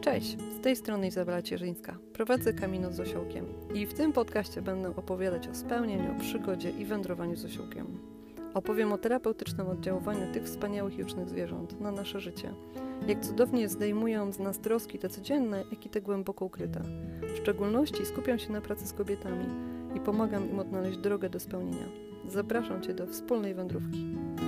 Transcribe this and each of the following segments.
Cześć, z tej strony Izabela Cierzyńska. Prowadzę Camino z Osiołkiem i w tym podcaście będę opowiadać o spełnieniu, przygodzie i wędrowaniu z osiołkiem. Opowiem o terapeutycznym oddziaływaniu tych wspaniałych jucznych zwierząt na nasze życie. Jak cudownie zdejmują z nas troski te codzienne, jak i te głęboko ukryte. W szczególności skupiam się na pracy z kobietami i pomagam im odnaleźć drogę do spełnienia. Zapraszam Cię do wspólnej wędrówki.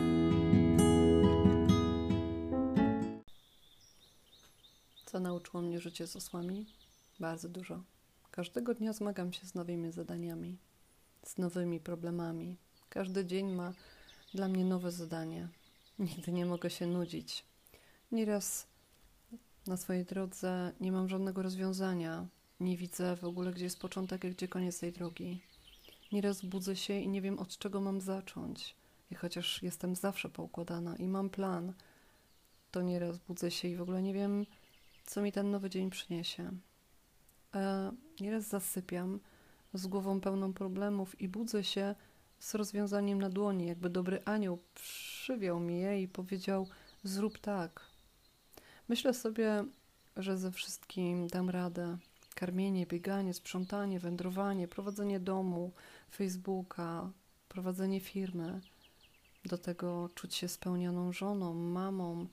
Co nauczyło mnie życie z osłami? Bardzo dużo. Każdego dnia zmagam się z nowymi zadaniami, z nowymi problemami. Każdy dzień ma dla mnie nowe zadanie. Nigdy nie mogę się nudzić. Nieraz na swojej drodze nie mam żadnego rozwiązania. Nie widzę w ogóle, gdzie jest początek, a gdzie koniec tej drogi. Nieraz budzę się i nie wiem, od czego mam zacząć. I chociaż jestem zawsze poukładana i mam plan, to nieraz budzę się i w ogóle nie wiem, co mi ten nowy dzień przyniesie. A nieraz zasypiam z głową pełną problemów i budzę się z rozwiązaniem na dłoni, jakby dobry anioł przywiał mi je i powiedział: zrób tak. Myślę sobie, że ze wszystkim dam radę. Karmienie, bieganie, sprzątanie, wędrowanie, prowadzenie domu, Facebooka, prowadzenie firmy. Do tego czuć się spełnioną żoną, mamą.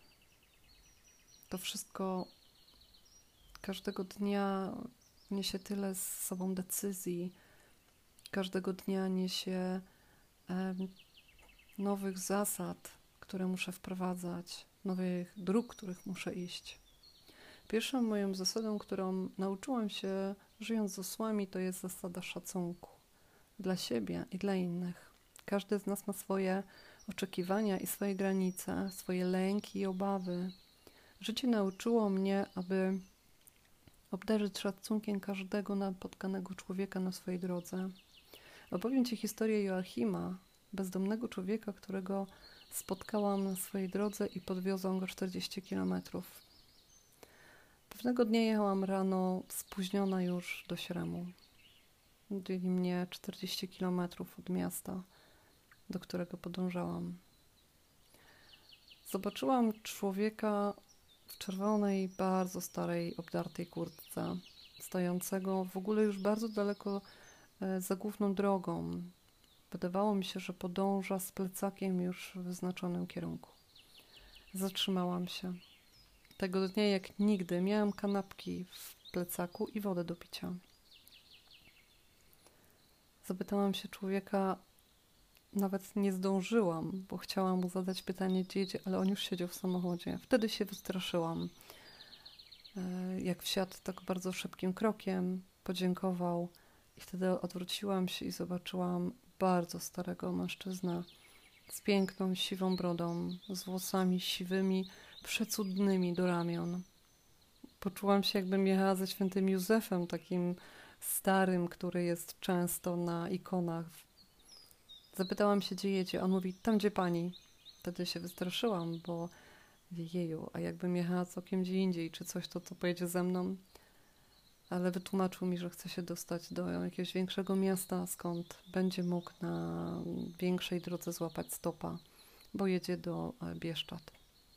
To wszystko każdego dnia niesie tyle z sobą decyzji. Każdego dnia niesie nowych zasad, które muszę wprowadzać, nowych dróg, których muszę iść. Pierwszą moją zasadą, którą nauczyłam się żyjąc z osłami, to jest zasada szacunku dla siebie i dla innych. Każdy z nas ma swoje oczekiwania i swoje granice, swoje lęki i obawy. Życie nauczyło mnie, aby obdarzyć szacunkiem każdego napotkanego człowieka na swojej drodze. Opowiem Ci historię Joachima, bezdomnego człowieka, którego spotkałam na swojej drodze i podwiozłam go 40 kilometrów. Pewnego dnia jechałam rano, spóźniona już do Śremu. Dzieli mnie 40 kilometrów od miasta, do którego podążałam. Zobaczyłam człowieka w czerwonej, bardzo starej, obdartej kurtce, stojącego w ogóle już bardzo daleko za główną drogą. Wydawało mi się, że podąża z plecakiem już w wyznaczonym kierunku. Zatrzymałam się. Tego dnia jak nigdy miałam kanapki w plecaku i wodę do picia. Zapytałam się człowieka, nawet nie zdążyłam, bo chciałam mu zadać pytanie, gdzie jedzie, ale on już siedział w samochodzie. Wtedy się wystraszyłam. Jak wsiadł tak bardzo szybkim krokiem, podziękował i wtedy odwróciłam się i zobaczyłam bardzo starego mężczyznę z piękną, siwą brodą, z włosami siwymi, przecudnymi do ramion. Poczułam się, jakbym jechała ze świętym Józefem, takim starym, który jest często na ikonach. Zapytałam się, gdzie jedzie. On mówi, tam gdzie pani. Wtedy się wystraszyłam, bo jeju, a jakbym jechała całkiem gdzie indziej, czy coś, to pojedzie ze mną. Ale wytłumaczył mi, że chce się dostać do jakiegoś większego miasta, skąd będzie mógł na większej drodze złapać stopa, bo jedzie do Bieszczad.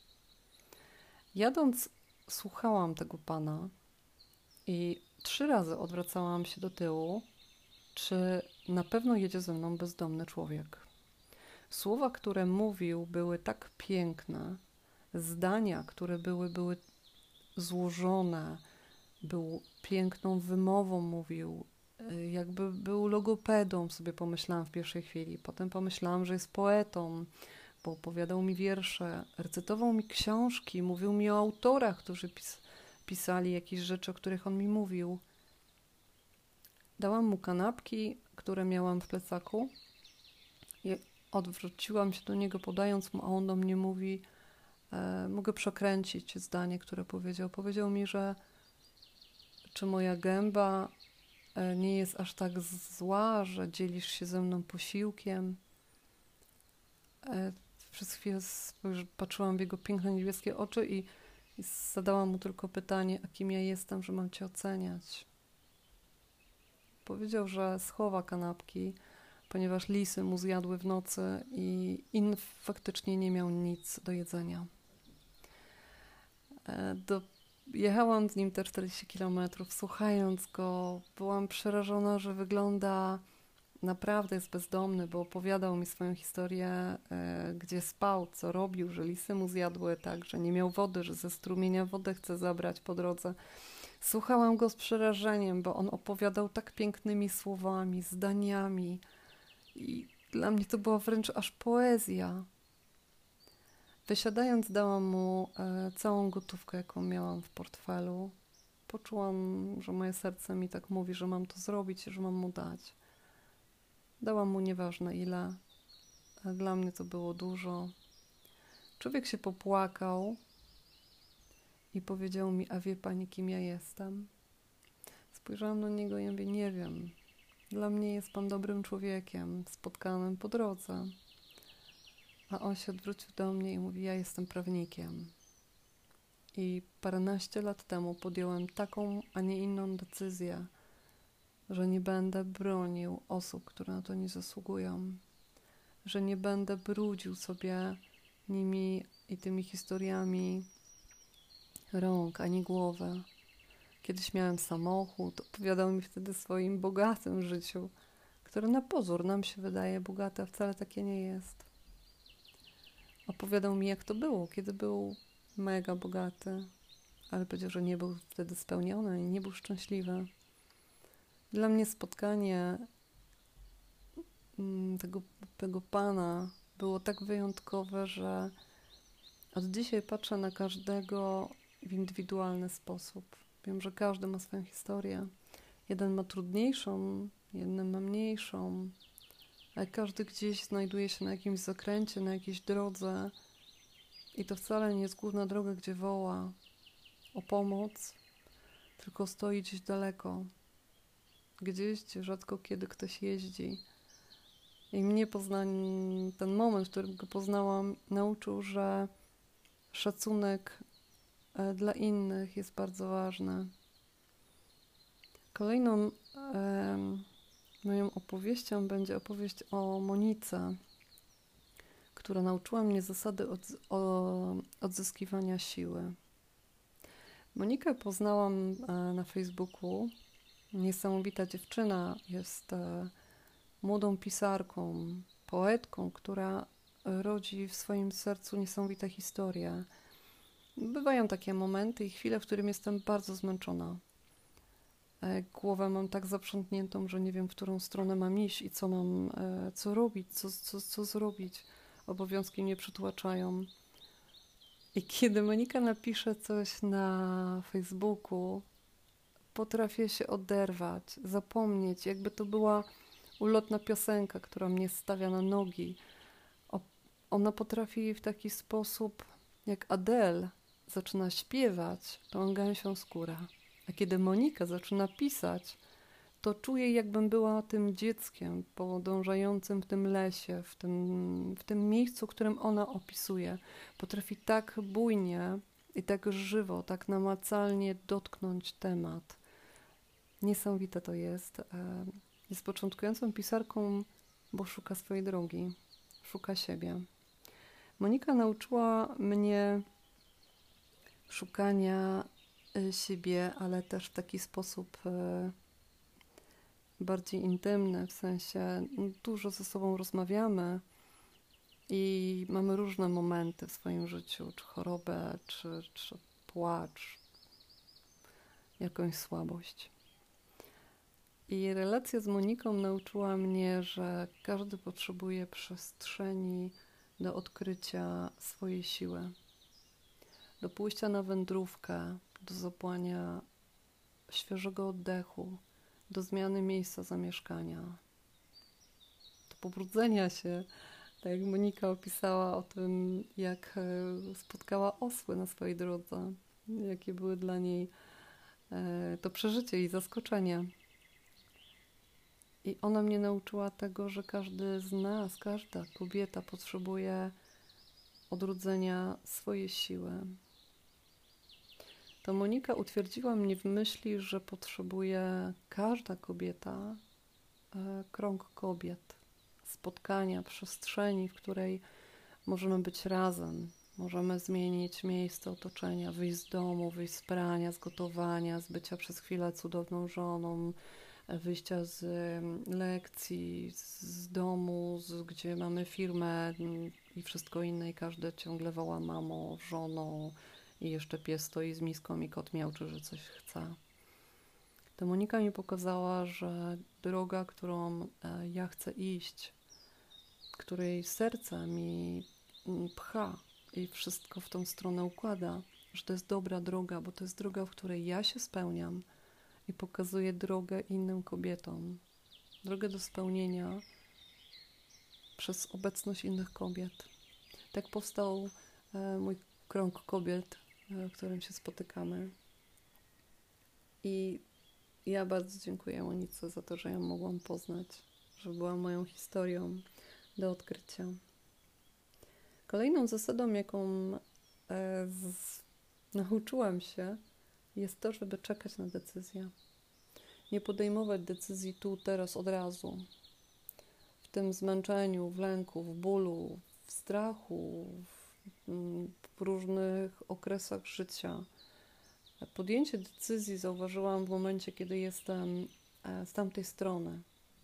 Jadąc, słuchałam tego pana i 3 razy odwracałam się do tyłu, czy na pewno jedzie ze mną bezdomny człowiek. Słowa, które mówił, były tak piękne, zdania, które były złożone, był piękną wymową, mówił, jakby był logopedą, sobie pomyślałam w pierwszej chwili. Potem pomyślałam, że jest poetą, bo opowiadał mi wiersze, recytował mi książki, mówił mi o autorach, którzy pisali jakieś rzeczy, o których on mi mówił. Dałam mu kanapki, które miałam w plecaku i odwróciłam się do niego, podając mu, a on do mnie mówi, mogę przekręcić zdanie, które powiedział. Powiedział mi, że czy moja gęba nie jest aż tak zła, że dzielisz się ze mną posiłkiem. Przez chwilę patrzyłam w jego piękne niebieskie oczy i zadałam mu tylko pytanie, a kim ja jestem, że mam cię oceniać. Powiedział, że schowa kanapki, ponieważ lisy mu zjadły w nocy i faktycznie nie miał nic do jedzenia. Jechałam z nim te 40 kilometrów, słuchając go, byłam przerażona, że wygląda naprawdę jest bezdomny, bo opowiadał mi swoją historię, gdzie spał, co robił, że lisy mu zjadły, tak, że nie miał wody, że ze strumienia wodę chce zabrać po drodze. Słuchałam go z przerażeniem, bo on opowiadał tak pięknymi słowami, zdaniami i dla mnie to była wręcz aż poezja. Wysiadając dałam mu całą gotówkę, jaką miałam w portfelu. Poczułam, że moje serce mi tak mówi, że mam to zrobić i że mam mu dać. Dałam mu nieważne ile, ale dla mnie to było dużo. Człowiek się popłakał i powiedział mi, a wie pani, kim ja jestem? Spojrzałam na niego i mówię, nie wiem. Dla mnie jest pan dobrym człowiekiem, spotkanym po drodze. A on się odwrócił do mnie i mówi, ja jestem prawnikiem. I paręnaście lat temu podjąłem taką, a nie inną decyzję, że nie będę bronił osób, które na to nie zasługują, że nie będę brudził sobie nimi i tymi historiami rąk ani głowy. Kiedyś miałem samochód, opowiadał mi wtedy o swoim bogatym życiu, które na pozór nam się wydaje bogate, a wcale takie nie jest. Opowiadał mi, jak to było, kiedy był mega bogaty, ale powiedział, że nie był wtedy spełniony i nie był szczęśliwy. Dla mnie spotkanie tego pana było tak wyjątkowe, że od dzisiaj patrzę na każdego w indywidualny sposób. Wiem, że każdy ma swoją historię. Jeden ma trudniejszą, jeden ma mniejszą, ale każdy gdzieś znajduje się na jakimś zakręcie, na jakiejś drodze i to wcale nie jest główna droga, gdzie woła o pomoc, tylko stoi gdzieś daleko, gdzieś, gdzie rzadko kiedy ktoś jeździ. I mnie ten moment, w którym go poznałam, nauczył, że szacunek dla innych jest bardzo ważny. Kolejną moją opowieścią będzie opowieść o Monice, która nauczyła mnie zasady odzyskiwania siły. Monikę poznałam na Facebooku. Niesamowita dziewczyna, jest młodą pisarką, poetką, która rodzi w swoim sercu niesamowite historie. Bywają takie momenty i chwile, w którym jestem bardzo zmęczona. Głowę mam tak zaprzątniętą, że nie wiem, w którą stronę mam iść i co mam, co robić, co zrobić. Obowiązki mnie przytłaczają. I kiedy Monika napisze coś na Facebooku, potrafię się oderwać, zapomnieć, jakby to była ulotna piosenka, która mnie stawia na nogi. Ona potrafi w taki sposób, jak Adele zaczyna śpiewać, to mam gęsią skórę. A kiedy Monika zaczyna pisać, to czuję, jakbym była tym dzieckiem podążającym w tym lesie, w tym miejscu, którym ona opisuje. Potrafi tak bujnie i tak żywo, tak namacalnie dotknąć temat. Niesamowite to jest. Jest początkującą pisarką, bo szuka swojej drogi, szuka siebie. Monika nauczyła mnie szukania siebie, ale też w taki sposób bardziej intymny, w sensie dużo ze sobą rozmawiamy i mamy różne momenty w swoim życiu, czy chorobę, czy płacz, jakąś słabość. I relacja z Moniką nauczyła mnie, że każdy potrzebuje przestrzeni do odkrycia swojej siły, do pójścia na wędrówkę, do zapłania świeżego oddechu, do zmiany miejsca zamieszkania, do pobrudzenia się, tak jak Monika opisała o tym, jak spotkała osły na swojej drodze, jakie były dla niej to przeżycie i zaskoczenie. I ona mnie nauczyła tego, że każdy z nas, każda kobieta potrzebuje odrodzenia swojej siły. To Monika utwierdziła mnie w myśli, że potrzebuje każda kobieta krąg kobiet, spotkania, przestrzeni, w której możemy być razem, Możemy zmienić miejsce otoczenia, wyjść z domu, wyjść z prania, z gotowania, z bycia przez chwilę cudowną żoną, wyjścia z lekcji, z domu, gdzie mamy firmę i wszystko inne i każdy ciągle woła mamo, żoną i jeszcze pies stoi z miską i kot miauczy, że coś chce. To Monika mi pokazała, że droga, którą ja chcę iść, której serce mi pcha i wszystko w tą stronę układa, że to jest dobra droga, bo to jest droga, w której ja się spełniam i pokazuję drogę innym kobietom. Drogę do spełnienia przez obecność innych kobiet. Tak powstał mój krąg kobiet, w którym się spotykamy. I ja bardzo dziękuję Monice za to, że ją mogłam poznać, że była moją historią do odkrycia. Kolejną zasadą, jaką nauczyłam się, jest to, żeby czekać na decyzję. Nie podejmować decyzji tu, teraz, od razu. W tym zmęczeniu, w lęku, w bólu, w strachu, w różnych okresach życia. Podjęcie decyzji zauważyłam w momencie, kiedy jestem z tamtej strony,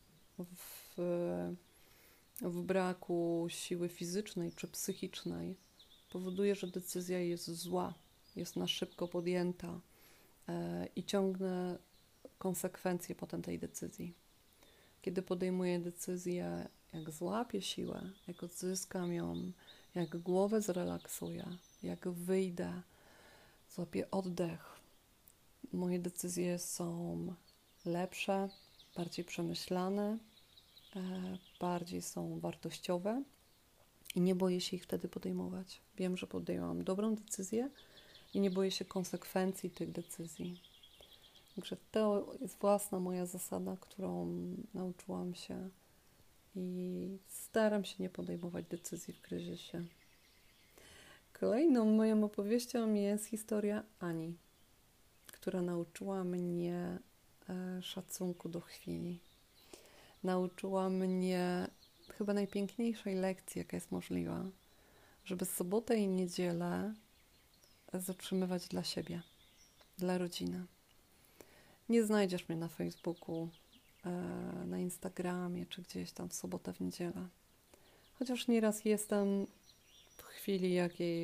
w braku siły fizycznej czy psychicznej, powoduje, że decyzja jest zła, jest na szybko podjęta i ciągnę konsekwencje potem tej decyzji. Kiedy podejmuję decyzję, jak złapię siłę, jak odzyskam ją, jak głowę zrelaksuję, jak wyjdę, złapię oddech, moje decyzje są lepsze, bardziej przemyślane, bardziej są wartościowe i nie boję się ich wtedy podejmować. Wiem, że podjęłam dobrą decyzję i nie boję się konsekwencji tych decyzji. Także to jest własna moja zasada, którą nauczyłam się i staram się nie podejmować decyzji w kryzysie. Kolejną moją opowieścią jest historia Ani, która nauczyła mnie szacunku do chwili. Nauczyła mnie chyba najpiękniejszej lekcji, jaka jest możliwa, żeby sobotę i niedzielę zatrzymywać dla siebie, dla rodziny. Nie znajdziesz mnie na Facebooku, na Instagramie, czy gdzieś tam w sobotę, w niedzielę. Chociaż nieraz jestem w chwili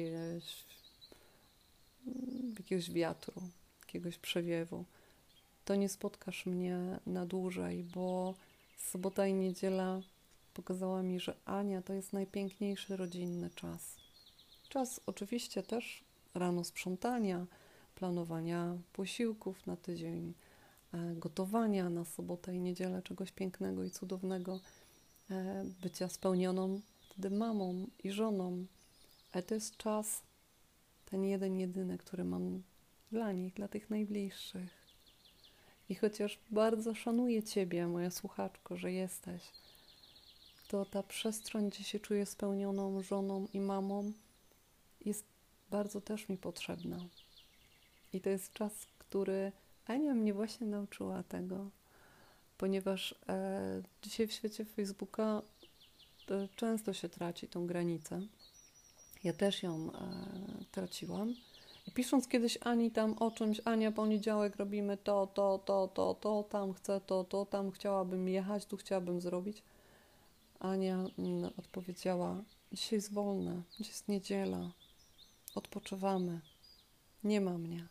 jakiegoś wiatru, jakiegoś przewiewu. To nie spotkasz mnie na dłużej, bo sobota i niedziela pokazała mi, że Ania to jest najpiękniejszy rodzinny czas. Czas oczywiście też rano sprzątania, planowania posiłków na tydzień, gotowania na sobotę i niedzielę czegoś pięknego i cudownego, bycia spełnioną wtedy mamą i żoną. Ale to jest czas, ten jeden, jedyny, który mam dla nich, dla tych najbliższych. I chociaż bardzo szanuję Ciebie, moja słuchaczko, że jesteś, to ta przestrzeń, gdzie się czuję spełnioną żoną i mamą, jest bardzo też mi potrzebna. I to jest czas, który Ania mnie właśnie nauczyła tego, ponieważ dzisiaj w świecie Facebooka często się traci tą granicę. Ja też ją traciłam. I pisząc kiedyś Ani tam o czymś, Ania, poniedziałek robimy to, tam chcę to, tam chciałabym jechać, tu chciałabym zrobić. Ania odpowiedziała, dzisiaj jest wolne, dzisiaj jest niedziela, odpoczywamy, nie ma mnie.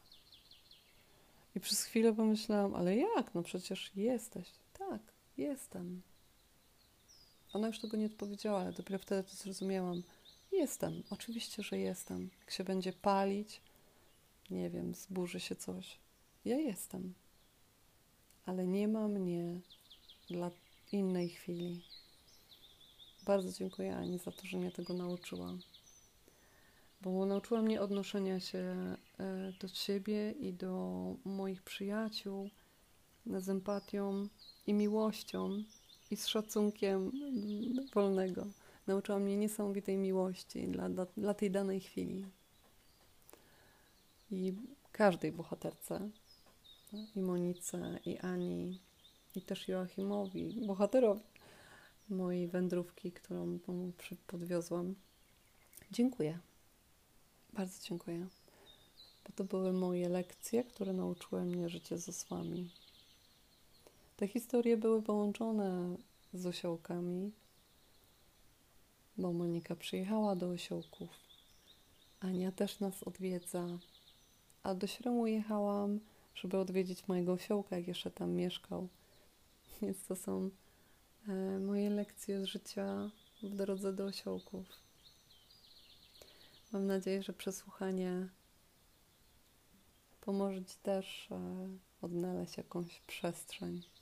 I przez chwilę pomyślałam, ale jak? No przecież jesteś. Tak, jestem. Ona już tego nie odpowiedziała, ale dopiero wtedy to zrozumiałam. Jestem, oczywiście, że jestem. Jak się będzie palić, nie wiem, zburzy się coś. Ja jestem. Ale nie ma mnie dla innej chwili. Bardzo dziękuję Ani za to, że mnie tego nauczyła. Bo nauczyła mnie odnoszenia się do siebie i do moich przyjaciół z empatią i miłością i z szacunkiem wolnego. Nauczyła mnie niesamowitej miłości dla tej danej chwili. I każdej bohaterce, i Monice, i Ani, i też Joachimowi, bohaterowi mojej wędrówki, którą podwiozłam. Dziękuję. Bardzo dziękuję. Bo to były moje lekcje, które nauczyły mnie życie z osłami. Te historie były połączone z osiołkami, bo Monika przyjechała do osiołków. Ania też nas odwiedza. A do Śremu jechałam, żeby odwiedzić mojego osiołka, jak jeszcze tam mieszkał. Więc to są moje lekcje z życia w drodze do osiołków. Mam nadzieję, że przesłuchanie pomoże Ci też odnaleźć jakąś przestrzeń